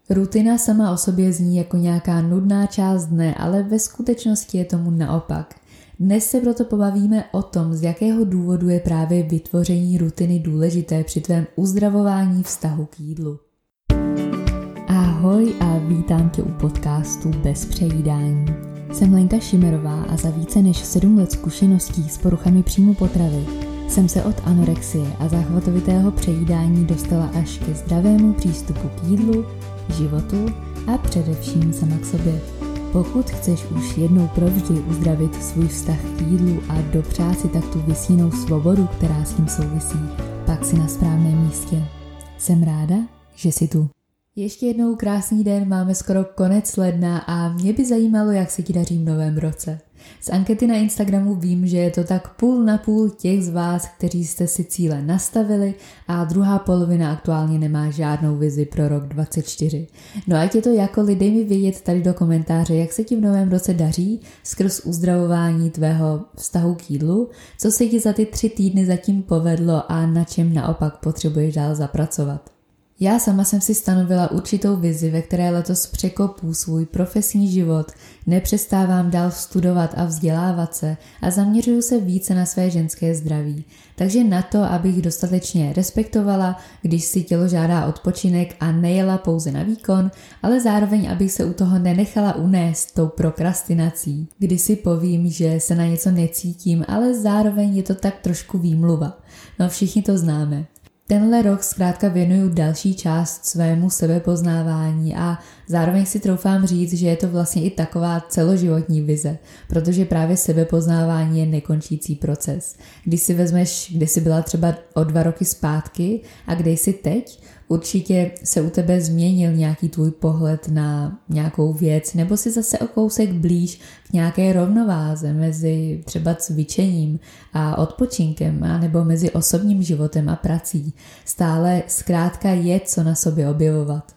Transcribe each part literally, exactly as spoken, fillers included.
Rutina sama o sobě zní jako nějaká nudná část dne, ale ve skutečnosti je tomu naopak. Dnes se proto pobavíme o tom, z jakého důvodu je právě vytvoření rutiny důležité při tvém uzdravování vztahu k jídlu. Ahoj a vítám tě u podcastu Bez přejídání. Jsem Lenka Šimerová a za více než sedm let zkušeností s poruchami příjmu potravy jsem se od anorexie a záchvatovitého přejídání dostala až ke zdravému přístupu k jídlu, životu a především sama k sobě. Pokud chceš už jednou provždy uzdravit svůj vztah k jídlu a dopřát si tak tu vysněnou svobodu, která s tím souvisí, pak si na správném místě. Jsem ráda, že jsi tu. Ještě jednou krásný den, máme skoro konec ledna a mě by zajímalo, jak se ti daří v novém roce. Z ankety na Instagramu vím, že je to tak půl na půl těch z vás, kteří jste si cíle nastavili a druhá polovina aktuálně nemá žádnou vizi pro rok dvacet čtyři. No ať je to jakkoliv, dej mi vědět tady do komentáře, jak se ti v novém roce daří skrz uzdravování tvého vztahu k jídlu, co se ti za ty tři týdny zatím povedlo a na čem naopak potřebuješ dál zapracovat. Já sama jsem si stanovila určitou vizi, ve které letos překopu svůj profesní život, nepřestávám dál studovat a vzdělávat se a zaměřuju se více na své ženské zdraví. Takže na to, abych dostatečně respektovala, když si tělo žádá odpočinek a nejela pouze na výkon, ale zároveň, abych se u toho nenechala unést tou prokrastinací, kdy si povím, že se na něco necítím, ale zároveň je to tak trošku výmluva. No všichni to známe. Tenhle rok zkrátka věnuju další část svému sebepoznávání a zároveň si troufám říct, že je to vlastně i taková celoživotní vize, protože právě sebepoznávání je nekončící proces. Když si vezmeš, kde jsi byla třeba o dva roky zpátky a kde jsi teď, určitě se u tebe změnil nějaký tvůj pohled na nějakou věc, nebo si zase o kousek blíž k nějaké rovnováze mezi třeba cvičením a odpočinkem, a nebo mezi osobním životem a prací. Stále zkrátka je co na sobě objevovat.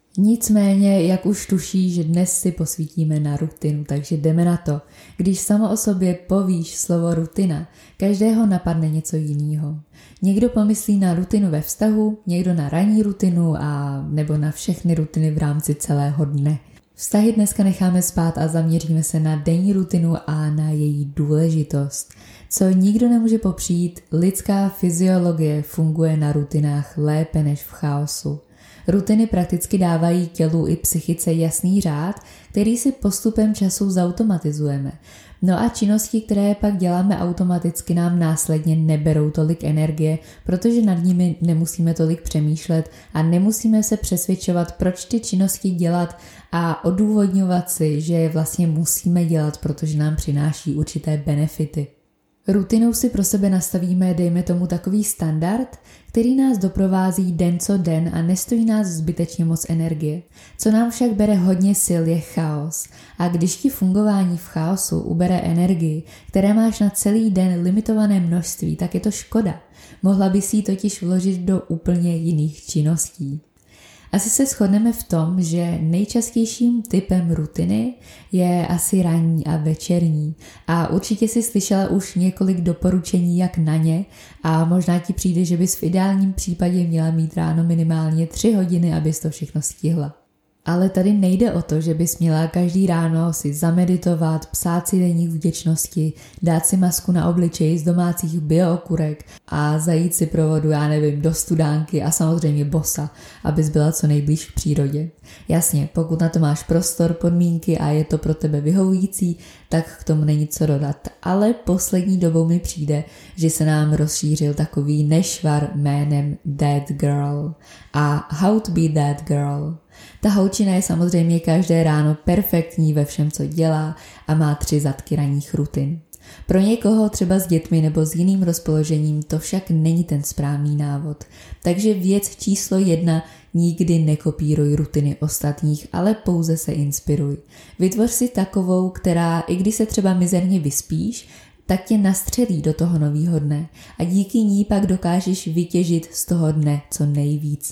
Nicméně, jak už tuší, že dnes si posvítíme na rutinu, takže jdeme na to. Když samo o sobě povíš slovo rutina, každého napadne něco jiného. Někdo pomyslí na rutinu ve vztahu, někdo na ranní rutinu a nebo na všechny rutiny v rámci celého dne. Vztahy dneska necháme spát a zaměříme se na denní rutinu a na její důležitost. Co nikdo nemůže popřít, lidská fyziologie funguje na rutinách lépe než v chaosu. Rutiny prakticky dávají tělu i psychice jasný řád, který si postupem času zautomatizujeme. No a činnosti, které pak děláme automaticky, nám následně neberou tolik energie, protože nad nimi nemusíme tolik přemýšlet a nemusíme se přesvědčovat, proč ty činnosti dělat a odůvodňovat si, že je vlastně musíme dělat, protože nám přináší určité benefity. Rutinou si pro sebe nastavíme, dejme tomu, takový standard, který nás doprovází den co den a nestojí nás zbytečně moc energie. Co nám však bere hodně sil, je chaos. A když ti fungování v chaosu ubere energii, které máš na celý den limitované množství, tak je to škoda. Mohla by si ji totiž vložit do úplně jiných činností. Asi se shodneme v tom, že nejčastějším typem rutiny je asi ranní a večerní a určitě jsi slyšela už několik doporučení, jak na ně, a možná ti přijde, že bys v ideálním případě měla mít ráno minimálně tři hodiny, abys to všechno stihla. Ale tady nejde o to, že bys měla každý ráno si zameditovat, psát si deník vděčnosti, dát si masku na obličej z domácích biookurek a zajít si pro vodu, já nevím, do studánky a samozřejmě bosa, abys byla co nejblíž k přírodě. Jasně, pokud na to máš prostor, podmínky a je to pro tebe vyhovující, tak k tomu není co dodat. Ale poslední dobou mi přijde, že se nám rozšířil takový nešvar jménem That Girl a How to be That Girl. Ta holčina je samozřejmě každé ráno perfektní ve všem, co dělá a má tři zadky ranních rutin. Pro někoho třeba s dětmi nebo s jiným rozpoložením to však není ten správný návod. Takže věc číslo jedna, nikdy nekopíruj rutiny ostatních, ale pouze se inspiruj. Vytvoř si takovou, která, i když se třeba mizerně vyspíš, tak tě nastřelí do toho novýho dne a díky ní pak dokážeš vytěžit z toho dne co nejvíc.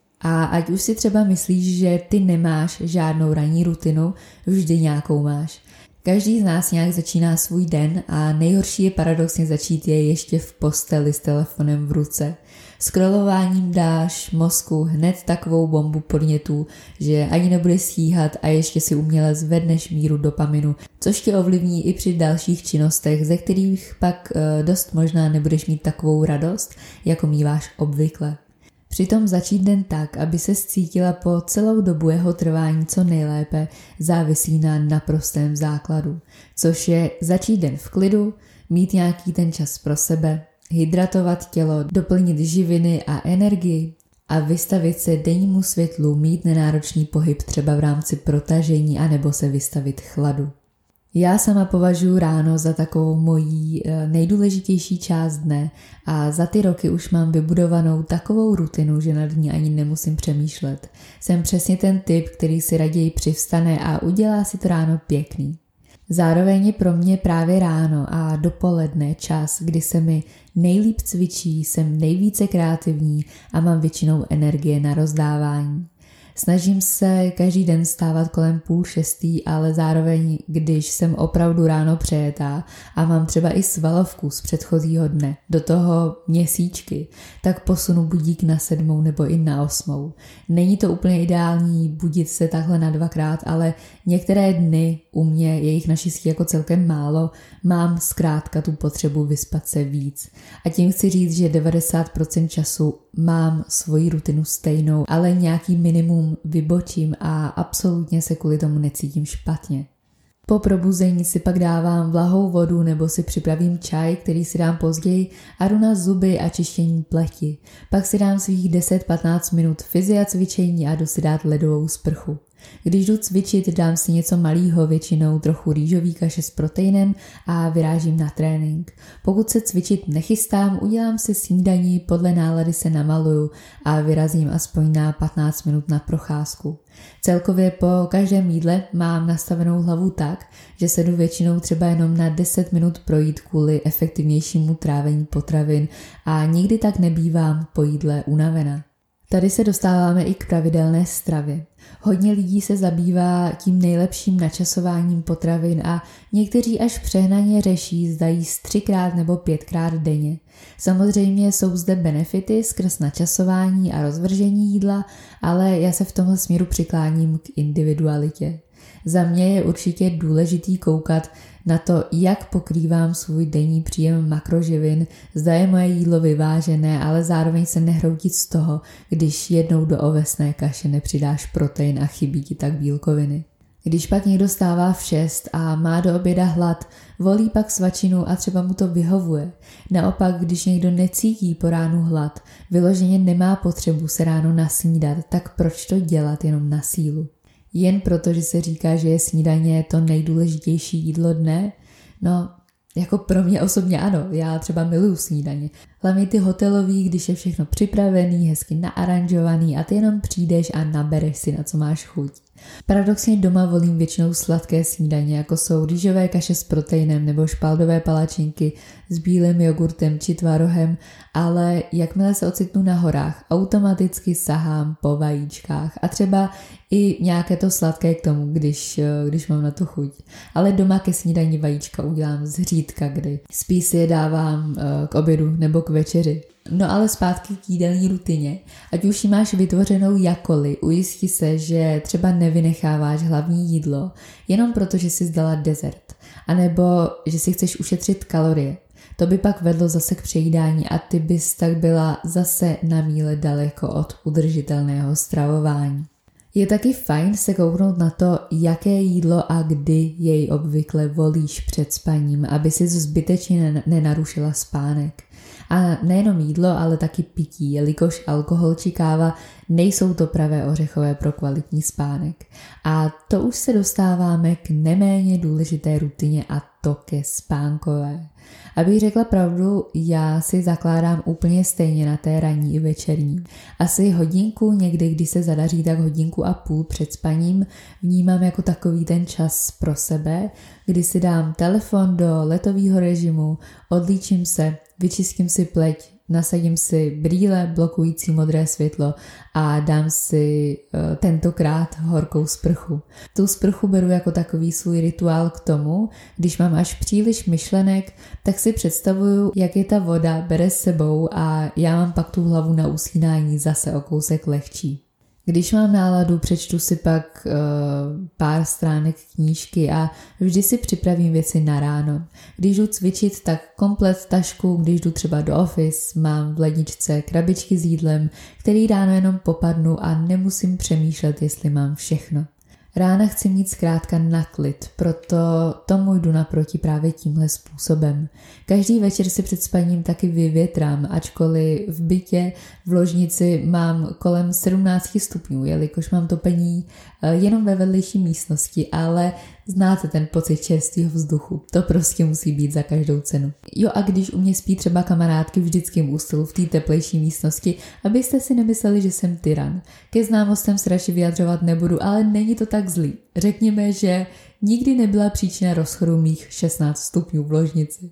A ať už si třeba myslíš, že ty nemáš žádnou ranní rutinu, vždy nějakou máš. Každý z nás nějak začíná svůj den a nejhorší je paradoxně začít je ještě v posteli s telefonem v ruce. Scrollováním dáš mozku hned takovou bombu podnětů, že ani nebude stíhat a ještě si uměle zvedneš míru dopaminu, což tě ovlivní i při dalších činnostech, ze kterých pak e, dost možná nebudeš mít takovou radost, jako míváš obvykle. Přitom začít den tak, aby se cítila po celou dobu jeho trvání co nejlépe, závisí na naprostém základu, což je začít den v klidu, mít nějaký ten čas pro sebe, hydratovat tělo, doplnit živiny a energii a vystavit se dennímu světlu, mít nenáročný pohyb třeba v rámci protažení anebo se vystavit chladu. Já sama považuji ráno za takovou mojí nejdůležitější část dne a za ty roky už mám vybudovanou takovou rutinu, že nad ní ani nemusím přemýšlet. Jsem přesně ten typ, který si raději přivstane a udělá si to ráno pěkný. Zároveň je pro mě právě ráno a dopoledne čas, kdy se mi nejlíp cvičí, jsem nejvíce kreativní a mám většinou energie na rozdávání. Snažím se každý den stávat kolem půl šestý, ale zároveň, když jsem opravdu ráno přejetá a mám třeba i svalovku z předchozího dne, do toho měsíčky, tak posunu budík na sedmou nebo i na osmou. Není to úplně ideální budit se takhle na dvakrát, ale některé dny u mě, je jich naštěstí jako celkem málo, mám zkrátka tu potřebu vyspat se víc. A tím chci říct, že devadesát procent času mám svoji rutinu stejnou, ale nějaký minimum vybočím a absolutně se kvůli tomu necítím špatně. Po probuzení si pak dávám vlahou vodu nebo si připravím čaj, který si dám později a jdu na zuby a čištění pleti. Pak si dám svých deset patnáct minut fyzia cvičení a jdu si dát ledovou sprchu. Když jdu cvičit, dám si něco malýho, většinou trochu rýžový kaše s proteinem a vyrážím na trénink. Pokud se cvičit nechystám, udělám si snídani, podle nálady se namaluju a vyrazím aspoň na patnáct minut na procházku. Celkově po každém jídle mám nastavenou hlavu tak, že se jdu většinou třeba jenom na deset minut projít kvůli efektivnějšímu trávení potravin a nikdy tak nebývám po jídle unavená. Tady se dostáváme i k pravidelné stravě. Hodně lidí se zabývá tím nejlepším načasováním potravin a někteří až přehnaně řeší, zda jíst třikrát nebo pětkrát denně. Samozřejmě jsou zde benefity skrz načasování a rozvržení jídla, ale já se v tomhle směru přikláním k individualitě. Za mě je určitě důležitý koukat na to, jak pokrývám svůj denní příjem makroživin, zda je moje jídlo vyvážené, ale zároveň se nehroutit z toho, když jednou do ovesné kaše nepřidáš protein a chybí ti tak bílkoviny. Když pak někdo stává v šest a má do oběda hlad, volí pak svačinu a třeba mu to vyhovuje. Naopak, když někdo necítí po ránu hlad, vyloženě nemá potřebu se ráno nasnídat, tak proč to dělat jenom na sílu? Jen proto, že se říká, že je snídaně to nejdůležitější jídlo dne? No, jako pro mě osobně ano, já třeba miluju snídaně. Hlavně ty hotelový, když je všechno připravený, hezky naaranžovaný a ty jenom přijdeš a nabereš si, na co máš chuť. Paradoxně doma volím většinou sladké snídaně, jako jsou rýžové kaše s proteinem nebo špaldové palačinky s bílým jogurtem či tvarohem, ale jakmile se ocitnu na horách, automaticky sahám po vajíčkách a třeba i nějaké to sladké k tomu, když, když mám na to chuť. Ale doma ke snídani vajíčka udělám zřídka kdy. Spíš si je dávám k obědu nebo k večeři. No ale zpátky k jídelní rutině. Ať už ji máš vytvořenou jakkoliv, ujisti se, že třeba nevynecháváš hlavní jídlo jenom proto, že jsi zdala dezert, anebo že si chceš ušetřit kalorie. To by pak vedlo zase k přejídání a ty bys tak byla zase na míle daleko od udržitelného stravování. Je taky fajn se kouknout na to, jaké jídlo a kdy jej obvykle volíš před spaním, aby si zbytečně nenarušila spánek. A nejenom jídlo, ale taky pití, jelikož alkohol či káva nejsou to pravé ořechové pro kvalitní spánek. A to už se dostáváme k neméně důležité rutině a to ke spánkové. Abych řekla pravdu, já si zakládám úplně stejně na té ranní i večerní. Asi hodinku, někdy když se zadaří, tak hodinku a půl před spaním vnímám jako takový ten čas pro sebe, kdy si dám telefon do letového režimu, odlíčím se, vyčistím si pleť, nasadím si brýle blokující modré světlo a dám si uh, tentokrát horkou sprchu. Tu sprchu beru jako takový svůj rituál k tomu, když mám až příliš myšlenek, tak si představuju, jak je ta voda bere s sebou a já mám pak tu hlavu na usínání zase o kousek lehčí. Když mám náladu, přečtu si pak uh, pár stránek knížky a vždy si připravím věci na ráno. Když jdu cvičit, tak komplet tašku, když jdu třeba do office, mám v ledničce krabičky s jídlem, který ráno jenom popadnu a nemusím přemýšlet, jestli mám všechno. Rána chci mít zkrátka na klid, proto tomu jdu naproti právě tímhle způsobem. Každý večer si před spaním taky vyvětrám, ačkoliv v bytě v ložnici mám kolem sedmnáct stupňů, jelikož mám topení jenom ve vedlejší místnosti, ale znáte ten pocit čerstvého vzduchu, to prostě musí být za každou cenu. Jo, a když u mě spí třeba kamarádky v vždyckém ústelu v té teplejší místnosti, abyste si nemysleli, že jsem tyran. Ke známostem se radši vyjadřovat nebudu, ale není to tak zlý. Řekněme, že nikdy nebyla příčina rozchodu mých šestnáct stupňů v ložnici.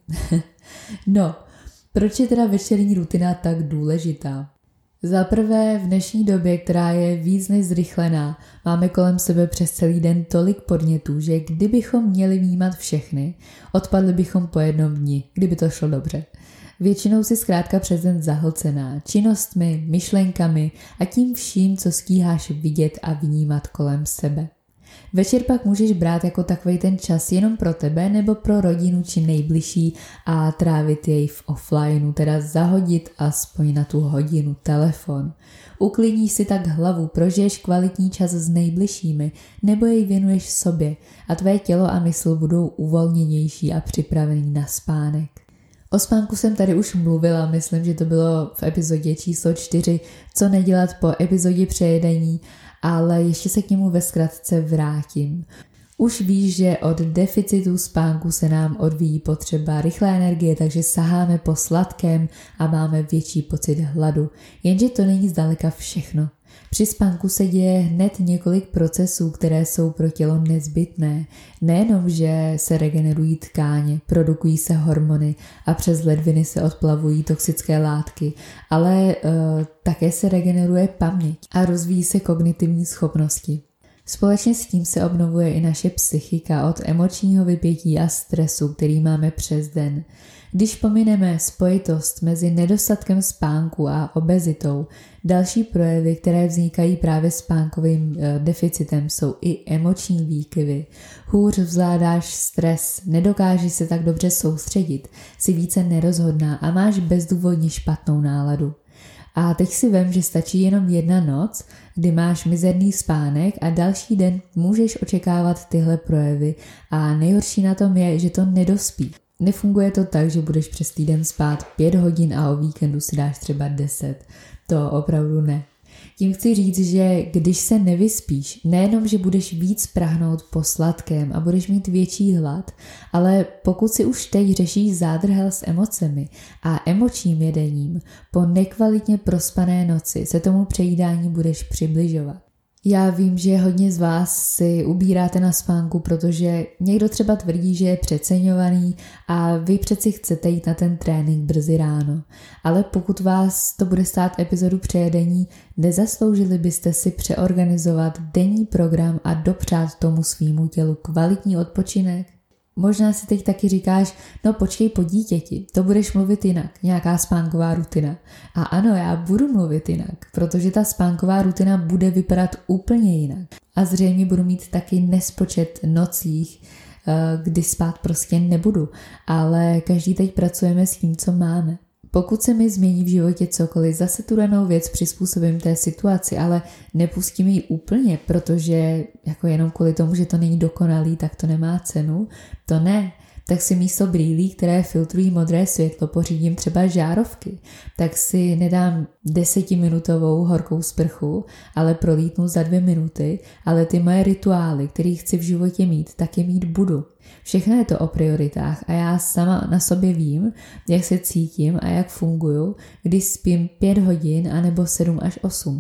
No, proč je teda večerní rutina tak důležitá? Za prvé, v dnešní době, která je víc než zrychlená, máme kolem sebe přes celý den tolik podnětů, že kdybychom měli vnímat všechny, odpadli bychom po jednom dni, kdyby to šlo dobře. Většinou si zkrátka přes den zahlcená činnostmi, myšlenkami a tím vším, co stíháš vidět a vnímat kolem sebe. Večer pak můžeš brát jako takovej ten čas jenom pro tebe nebo pro rodinu či nejbližší a trávit jej v offlineu, teda zahodit aspoň na tu hodinu telefon. Uklidníš si tak hlavu, prožiješ kvalitní čas s nejbližšími nebo jej věnuješ sobě a tvé tělo a mysl budou uvolněnější a připravený na spánek. O spánku jsem tady už mluvila, myslím, že to bylo v epizodě číslo čtyři, co nedělat po epizodě přejedení, ale ještě se k němu ve zkratce vrátím. Už víš, že od deficitu spánku se nám odvíjí potřeba rychlé energie, takže saháme po sladkém a máme větší pocit hladu. Jenže to není zdaleka všechno. Při spánku se děje hned několik procesů, které jsou pro tělo nezbytné. Nejenom, že se regenerují tkáně, produkují se hormony a přes ledviny se odplavují toxické látky, ale uh, také se regeneruje paměť a rozvíjí se kognitivní schopnosti. Společně s tím se obnovuje i naše psychika od emočního vypětí a stresu, který máme přes den. Když pomineme spojitost mezi nedostatkem spánku a obezitou, další projevy, které vznikají právě spánkovým e, deficitem, jsou i emoční výkyvy. Hůř zvládáš stres, nedokážeš se tak dobře soustředit, si více nerozhodná a máš bezdůvodně špatnou náladu. A teď si vem, že stačí jenom jedna noc, kdy máš mizerný spánek a další den můžeš očekávat tyhle projevy a nejhorší na tom je, že to nedospí. Nefunguje to tak, že budeš přes týden spát pět hodin a o víkendu si dáš třeba deset. To opravdu ne. Tím chci říct, že když se nevyspíš, nejenom, že budeš víc prahnout po sladkém a budeš mít větší hlad, ale pokud si už teď řešíš zádrhel s emocemi a emočním jedením, po nekvalitně prospané noci se tomu přejídání budeš přibližovat. Já vím, že hodně z vás si ubíráte na spánku, protože někdo třeba tvrdí, že je přeceňovaný a vy přeci chcete jít na ten trénink brzy ráno. Ale pokud vás to bude stát epizodu přejedení, nezasloužili byste si přeorganizovat denní program a dopřát tomu svýmu tělu kvalitní odpočinek? Možná si teď taky říkáš, no počkej po dítěti, to budeš mluvit jinak, nějaká spánková rutina. A ano, já budu mluvit jinak, protože ta spánková rutina bude vypadat úplně jinak. A zřejmě budu mít taky nespočet nocích, kdy spát prostě nebudu, ale každý teď pracujeme s tím, co máme. Pokud se mi změní v životě cokoliv, zase tu danou věc přizpůsobím té situaci, ale nepustím ji úplně, protože jako jenom kvůli tomu, že to není dokonalý, tak to nemá cenu. To ne. Tak si místo brýlí, které filtrují modré světlo, pořídím třeba žárovky. Tak si nedám desetiminutovou horkou sprchu, ale prolítnu za dvě minuty, ale ty moje rituály, které chci v životě mít, tak je mít budu. Všechno je to o prioritách a já sama na sobě vím, jak se cítím a jak funguju, když spím pět hodin anebo sedm až osm.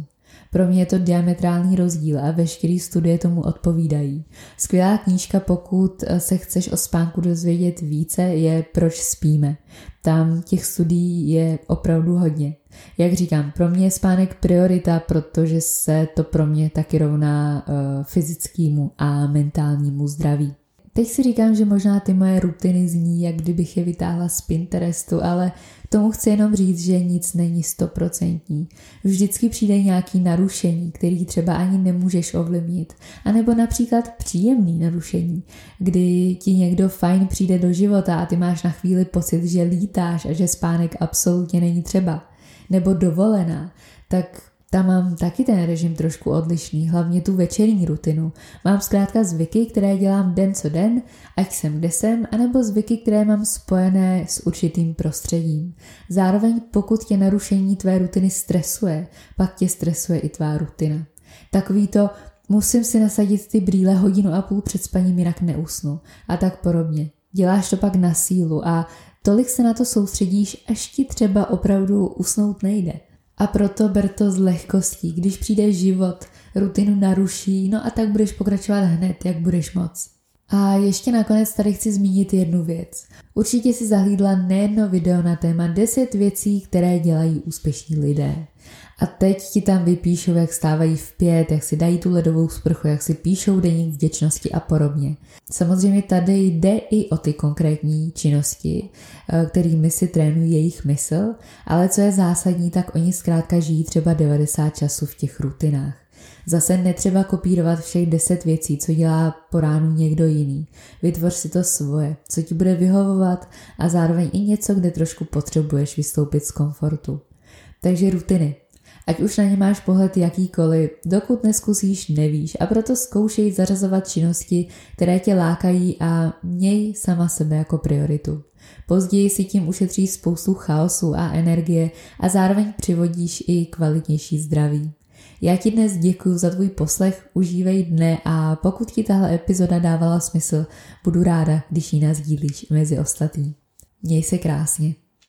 Pro mě je to diametrální rozdíl a veškerý studie tomu odpovídají. Skvělá knížka, pokud se chceš o spánku dozvědět více, je Proč spíme. Tam těch studií je opravdu hodně. Jak říkám, pro mě je spánek priorita, protože se to pro mě taky rovná uh, fyzickému a mentálnímu zdraví. Teď si říkám, že možná ty moje rutiny zní, jak kdybych je vytáhla z Pinterestu, ale tomu chci jenom říct, že nic není stoprocentní. Vždycky přijde nějaký narušení, který třeba ani nemůžeš ovlivnit. A nebo například příjemný narušení, kdy ti někdo fajn přijde do života a ty máš na chvíli pocit, že lítáš a že spánek absolutně není třeba. Nebo dovolená, tak tam mám taky ten režim trošku odlišný, hlavně tu večerní rutinu. Mám zkrátka zvyky, které dělám den co den, ať jsem kde jsem, anebo zvyky, které mám spojené s určitým prostředím. Zároveň pokud tě narušení tvé rutiny stresuje, pak tě stresuje i tvá rutina. Takový to musím si nasadit ty brýle hodinu a půl před spaním, jinak neusnu a tak podobně. Děláš to pak na sílu a tolik se na to soustředíš, až ti třeba opravdu usnout nejde. A proto ber to s lehkostí, když přijde život, rutinu naruší, no a tak budeš pokračovat hned, jak budeš moc. A ještě nakonec tady chci zmínit jednu věc. Určitě si zahlídla nejedno video na téma deset věcí, které dělají úspěšní lidé. A teď ti tam vypíšou, jak stávají v pět, jak si dají tu ledovou sprchu, jak si píšou deník vděčnosti a podobně. Samozřejmě tady jde i o ty konkrétní činnosti, kterými si trénují jejich mysl, ale co je zásadní, tak oni zkrátka žijí třeba devadesát času v těch rutinách. Zase netřeba kopírovat všech deset věcí, co dělá po ránu někdo jiný. Vytvoř si to svoje, co ti bude vyhovovat a zároveň i něco, kde trošku potřebuješ vystoupit z komfortu. Takže rutiny. Ať už na ně máš pohled jakýkoliv, dokud neskusíš, nevíš a proto zkoušej zařazovat činnosti, které tě lákají a měj sama sebe jako prioritu. Později si tím ušetříš spoustu chaosu a energie a zároveň přivodíš i kvalitnější zdraví. Já ti dnes děkuji za tvůj poslech, užívej dne a pokud ti tahle epizoda dávala smysl, budu ráda, když ji nasdílíš mezi ostatní. Měj se krásně.